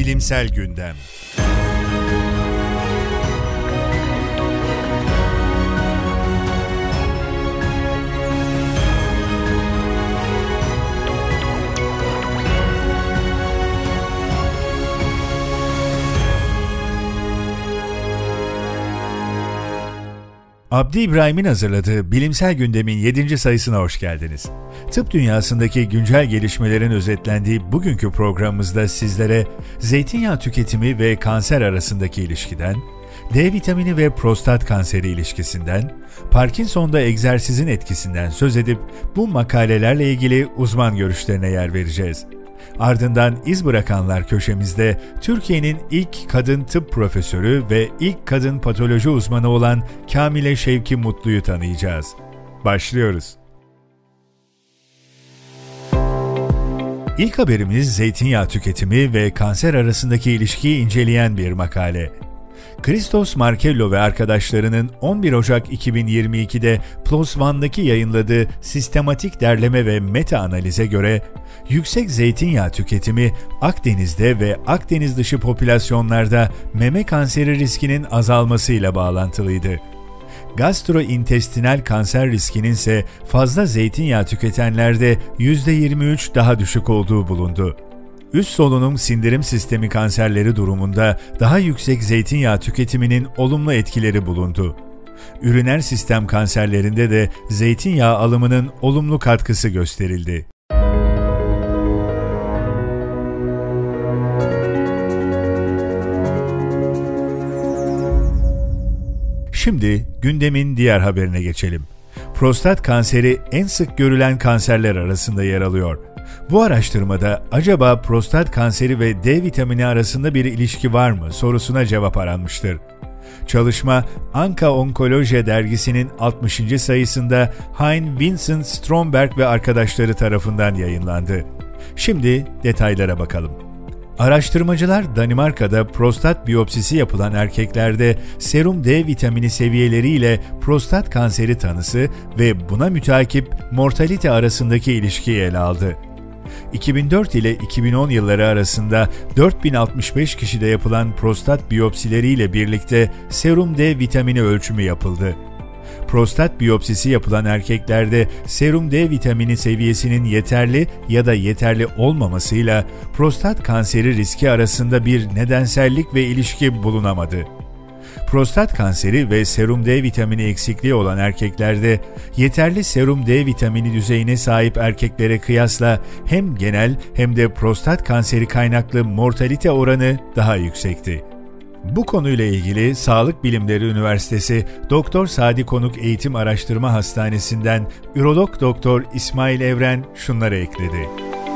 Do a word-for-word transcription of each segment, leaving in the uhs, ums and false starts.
Bilimsel Gündem. Abdi İbrahim'in hazırladığı Bilimsel Gündem'in yedinci sayısına hoş geldiniz. Tıp dünyasındaki güncel gelişmelerin özetlendiği bugünkü programımızda sizlere zeytinyağı tüketimi ve kanser arasındaki ilişkiden, D vitamini ve prostat kanseri ilişkisinden, Parkinson'da egzersizin etkisinden söz edip bu makalelerle ilgili uzman görüşlerine yer vereceğiz. Ardından iz bırakanlar köşemizde Türkiye'nin ilk kadın tıp profesörü ve ilk kadın patoloji uzmanı olan Kamile Şevki Mutlu'yu tanıyacağız. Başlıyoruz. İlk haberimiz zeytinyağı tüketimi ve kanser arasındaki ilişkiyi inceleyen bir makale. Christos Markello ve arkadaşlarının on bir Ocak iki bin yirmi ikide PLOS ONE'daki yayınladığı sistematik derleme ve meta-analize göre, yüksek zeytinyağı tüketimi Akdeniz'de ve Akdeniz dışı popülasyonlarda meme kanseri riskinin azalmasıyla bağlantılıydı. Gastrointestinal kanser riskinin ise fazla zeytinyağı tüketenlerde yüzde yirmi üç daha düşük olduğu bulundu. Üst solunum sindirim sistemi kanserleri durumunda daha yüksek zeytinyağı tüketiminin olumlu etkileri bulundu. Üriner sistem kanserlerinde de zeytinyağı alımının olumlu katkısı gösterildi. Şimdi gündemin diğer haberine geçelim. Prostat kanseri en sık görülen kanserler arasında yer alıyor. Bu araştırmada acaba prostat kanseri ve D vitamini arasında bir ilişki var mı sorusuna cevap aranmıştır. Çalışma, Anka Onkoloji dergisinin altmışıncı sayısında Hein Vincent Stromberg ve arkadaşları tarafından yayınlandı. Şimdi detaylara bakalım. Araştırmacılar Danimarka'da prostat biyopsisi yapılan erkeklerde serum D vitamini seviyeleriyle prostat kanseri tanısı ve buna mütakip mortalite arasındaki ilişkiyi ele aldı. iki bin dört ile iki bin on yılları arasında dört bin altmış beş kişide yapılan prostat biyopsileriyle birlikte serum D vitamini ölçümü yapıldı. Prostat biyopsisi yapılan erkeklerde serum D vitamini seviyesinin yeterli ya da yeterli olmamasıyla prostat kanseri riski arasında bir nedensellik ve ilişki bulunamadı. Prostat kanseri ve serum D vitamini eksikliği olan erkeklerde yeterli serum D vitamini düzeyine sahip erkeklere kıyasla hem genel hem de prostat kanseri kaynaklı mortalite oranı daha yüksekti. Bu konuyla ilgili Sağlık Bilimleri Üniversitesi Doktor Sadi Konuk Eğitim Araştırma Hastanesi'nden Ürolog Doktor İsmail Evren şunları ekledi.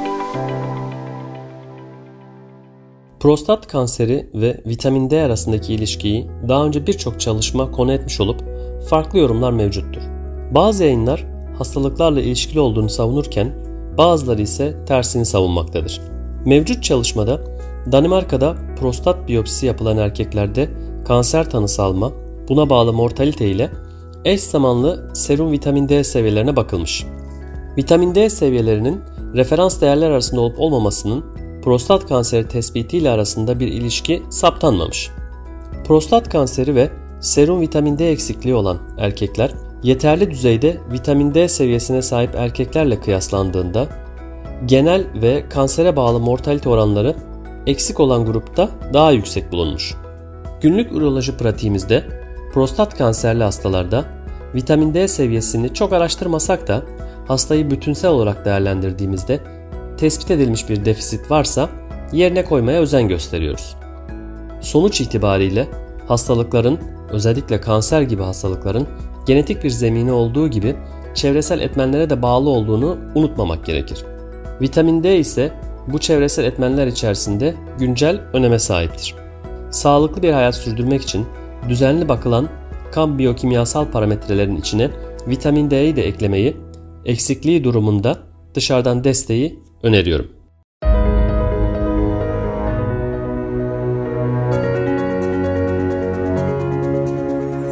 Prostat kanseri ve vitamin D arasındaki ilişkiyi daha önce birçok çalışma konu etmiş olup farklı yorumlar mevcuttur. Bazı yayınlar hastalıklarla ilişkili olduğunu savunurken bazıları ise tersini savunmaktadır. Mevcut çalışmada Danimarka'da prostat biyopsisi yapılan erkeklerde kanser tanısı alma, buna bağlı mortalite ile eş zamanlı serum vitamin D seviyelerine bakılmış. Vitamin D seviyelerinin referans değerler arasında olup olmamasının prostat kanseri tespitiyle arasında bir ilişki saptanmamış. Prostat kanseri ve serum vitamin D eksikliği olan erkekler, yeterli düzeyde vitamin D seviyesine sahip erkeklerle kıyaslandığında genel ve kansere bağlı mortalite oranları eksik olan grupta daha yüksek bulunmuş. Günlük üroloji pratiğimizde prostat kanserli hastalarda vitamin D seviyesini çok araştırmasak da hastayı bütünsel olarak değerlendirdiğimizde tespit edilmiş bir defisit varsa yerine koymaya özen gösteriyoruz. Sonuç itibariyle hastalıkların, özellikle kanser gibi hastalıkların genetik bir zemini olduğu gibi çevresel etmenlere de bağlı olduğunu unutmamak gerekir. Vitamin D ise bu çevresel etmenler içerisinde güncel öneme sahiptir. Sağlıklı bir hayat sürdürmek için düzenli bakılan kan biyokimyasal parametrelerin içine vitamin D'yi de eklemeyi, eksikliği durumunda dışarıdan desteği öneriyorum.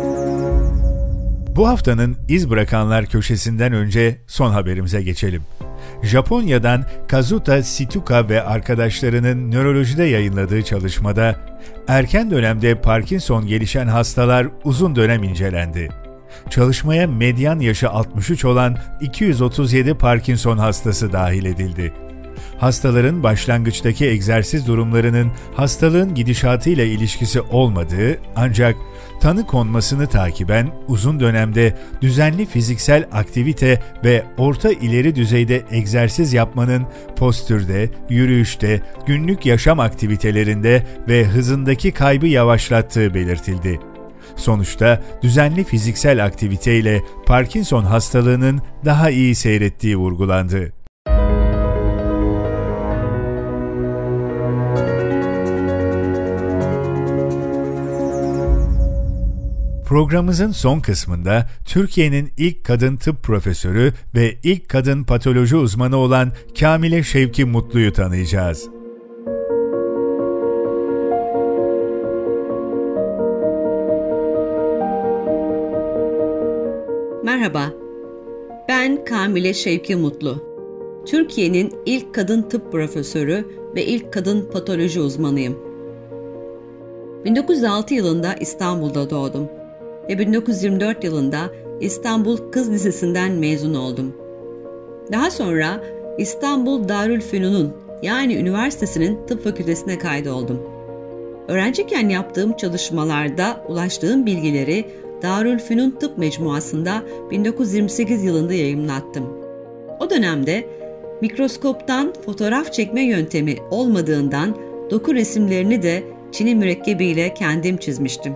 Bu haftanın iz bırakanlar köşesinden önce son haberimize geçelim. Japonya'dan Kazuta Shituka ve arkadaşlarının nörolojide yayınladığı çalışmada erken dönemde Parkinson gelişen hastalar uzun dönem incelendi. Çalışmaya medyan yaşı altmış üç olan iki yüz otuz yedi Parkinson hastası dahil edildi. Hastaların başlangıçtaki egzersiz durumlarının hastalığın gidişatıyla ilişkisi olmadığı ancak tanı konmasını takiben uzun dönemde düzenli fiziksel aktivite ve orta ileri düzeyde egzersiz yapmanın postürde, yürüyüşte, günlük yaşam aktivitelerinde ve hızındaki kaybı yavaşlattığı belirtildi. Sonuçta düzenli fiziksel aktiviteyle Parkinson hastalığının daha iyi seyrettiği vurgulandı. Programımızın son kısmında Türkiye'nin ilk kadın tıp profesörü ve ilk kadın patoloji uzmanı olan Kamile Şevki Mutlu'yu tanıyacağız. Merhaba, ben Kamile Şevki Mutlu. Türkiye'nin ilk kadın tıp profesörü ve ilk kadın patoloji uzmanıyım. bin dokuz yüz altı yılında İstanbul'da doğdum ve bin dokuz yüz yirmi dört yılında İstanbul Kız Lisesi'nden mezun oldum. Daha sonra İstanbul Darülfünun'un yani üniversitesinin tıp fakültesine kaydoldum. Öğrenciyken yaptığım çalışmalarda ulaştığım bilgileri Darülfünun Tıp Mecmuası'nda bin dokuz yüz yirmi sekiz yılında yayımlattım. O dönemde mikroskoptan fotoğraf çekme yöntemi olmadığından doku resimlerini de çini mürekkebiyle kendim çizmiştim.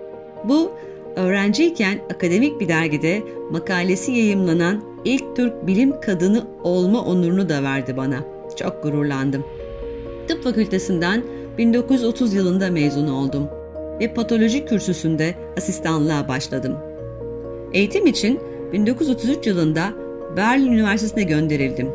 Bu, öğrenciyken akademik bir dergide makalesi yayımlanan ilk Türk bilim kadını olma onurunu da verdi bana. Çok gururlandım. Tıp fakültesinden bin dokuz yüz otuz yılında mezun oldum ve patoloji kürsüsünde asistanlığa başladım. Eğitim için bin dokuz yüz otuz üç yılında Berlin Üniversitesi'ne gönderildim.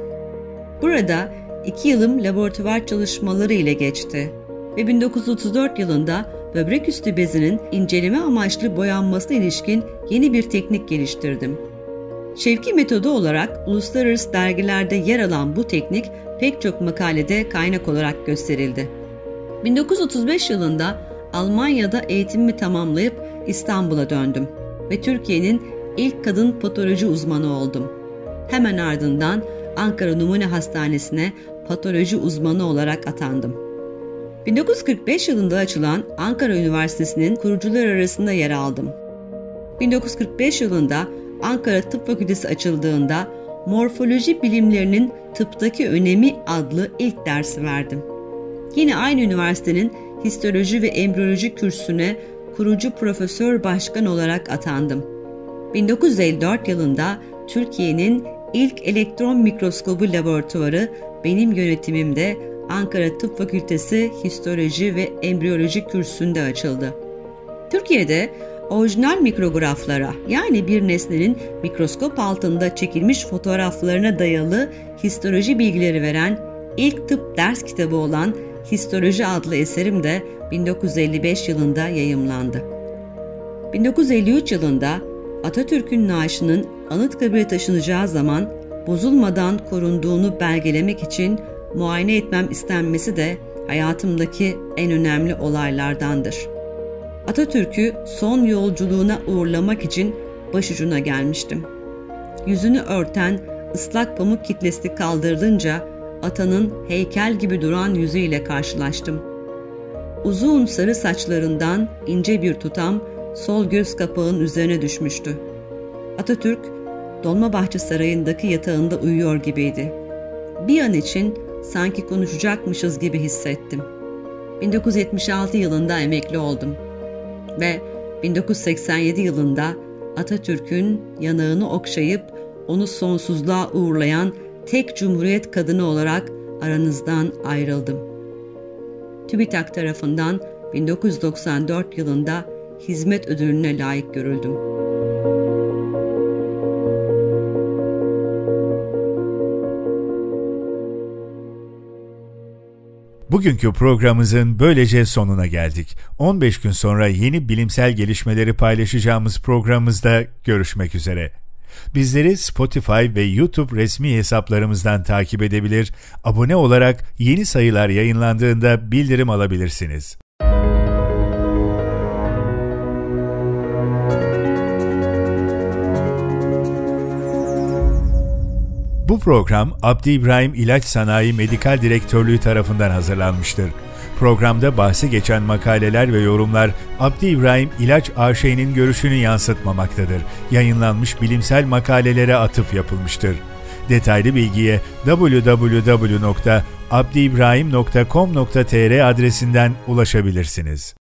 Burada iki yılım laboratuvar çalışmaları ile geçti ve bin dokuz yüz otuz dört yılında böbrek üstü bezinin inceleme amaçlı boyanmasına ilişkin yeni bir teknik geliştirdim. Şevki metodu olarak uluslararası dergilerde yer alan bu teknik pek çok makalede kaynak olarak gösterildi. bin dokuz yüz otuz beş yılında Almanya'da eğitimimi tamamlayıp İstanbul'a döndüm ve Türkiye'nin ilk kadın patoloji uzmanı oldum. Hemen ardından Ankara Numune Hastanesi'ne patoloji uzmanı olarak atandım. bin dokuz yüz kırk beş yılında açılan Ankara Üniversitesi'nin kurucular arasında yer aldım. bin dokuz yüz kırk beş yılında Ankara Tıp Fakültesi açıldığında morfoloji bilimlerinin tıptaki önemi adlı ilk dersi verdim. Yine aynı üniversitenin histoloji ve embriyoloji kürsüne kurucu profesör başkan olarak atandım. bin dokuz yüz elli dört yılında Türkiye'nin ilk elektron mikroskobu laboratuvarı benim yönetimimde Ankara Tıp Fakültesi Histoloji ve Embriyoloji kürsüsünde açıldı. Türkiye'de orijinal mikrograflara yani bir nesnenin mikroskop altında çekilmiş fotoğraflarına dayalı histoloji bilgileri veren ilk tıp ders kitabı olan Histoloji adlı eserim de bin dokuz yüz elli beş yılında yayımlandı. bin dokuz yüz elli üç yılında Atatürk'ün naaşının Anıtkabir'e taşınacağı zaman bozulmadan korunduğunu belgelemek için muayene etmem istenmesi de hayatımdaki en önemli olaylardandır. Atatürk'ü son yolculuğuna uğurlamak için başucuna gelmiştim. Yüzünü örten ıslak pamuk kitlesi kaldırılınca atanın heykel gibi duran yüzüyle karşılaştım. Uzun sarı saçlarından ince bir tutam sol göz kapağının üzerine düşmüştü. Atatürk, Dolmabahçe Sarayı'ndaki yatağında uyuyor gibiydi. Bir an için sanki konuşacakmışız gibi hissettim. bin dokuz yüz yetmiş altı yılında emekli oldum ve bin dokuz yüz seksen yedi yılında Atatürk'ün yanağını okşayıp onu sonsuzluğa uğurlayan tek cumhuriyet kadını olarak aranızdan ayrıldım. TÜBİTAK tarafından bin dokuz yüz doksan dört yılında hizmet ödülüne layık görüldüm. Bugünkü programımızın böylece sonuna geldik. on beş gün sonra yeni bilimsel gelişmeleri paylaşacağımız programımızda görüşmek üzere. Bizleri Spotify ve YouTube resmi hesaplarımızdan takip edebilir, abone olarak yeni sayılar yayınlandığında bildirim alabilirsiniz. Bu program Abdi İbrahim İlaç Sanayi Medikal Direktörlüğü tarafından hazırlanmıştır. Programda bahsi geçen makaleler ve yorumlar Abdi İbrahim İlaç A Ş'nin görüşünü yansıtmamaktadır. Yayınlanmış bilimsel makalelere atıf yapılmıştır. Detaylı bilgiye double-u double-u double-u nokta abdiibrahim nokta com nokta tr adresinden ulaşabilirsiniz.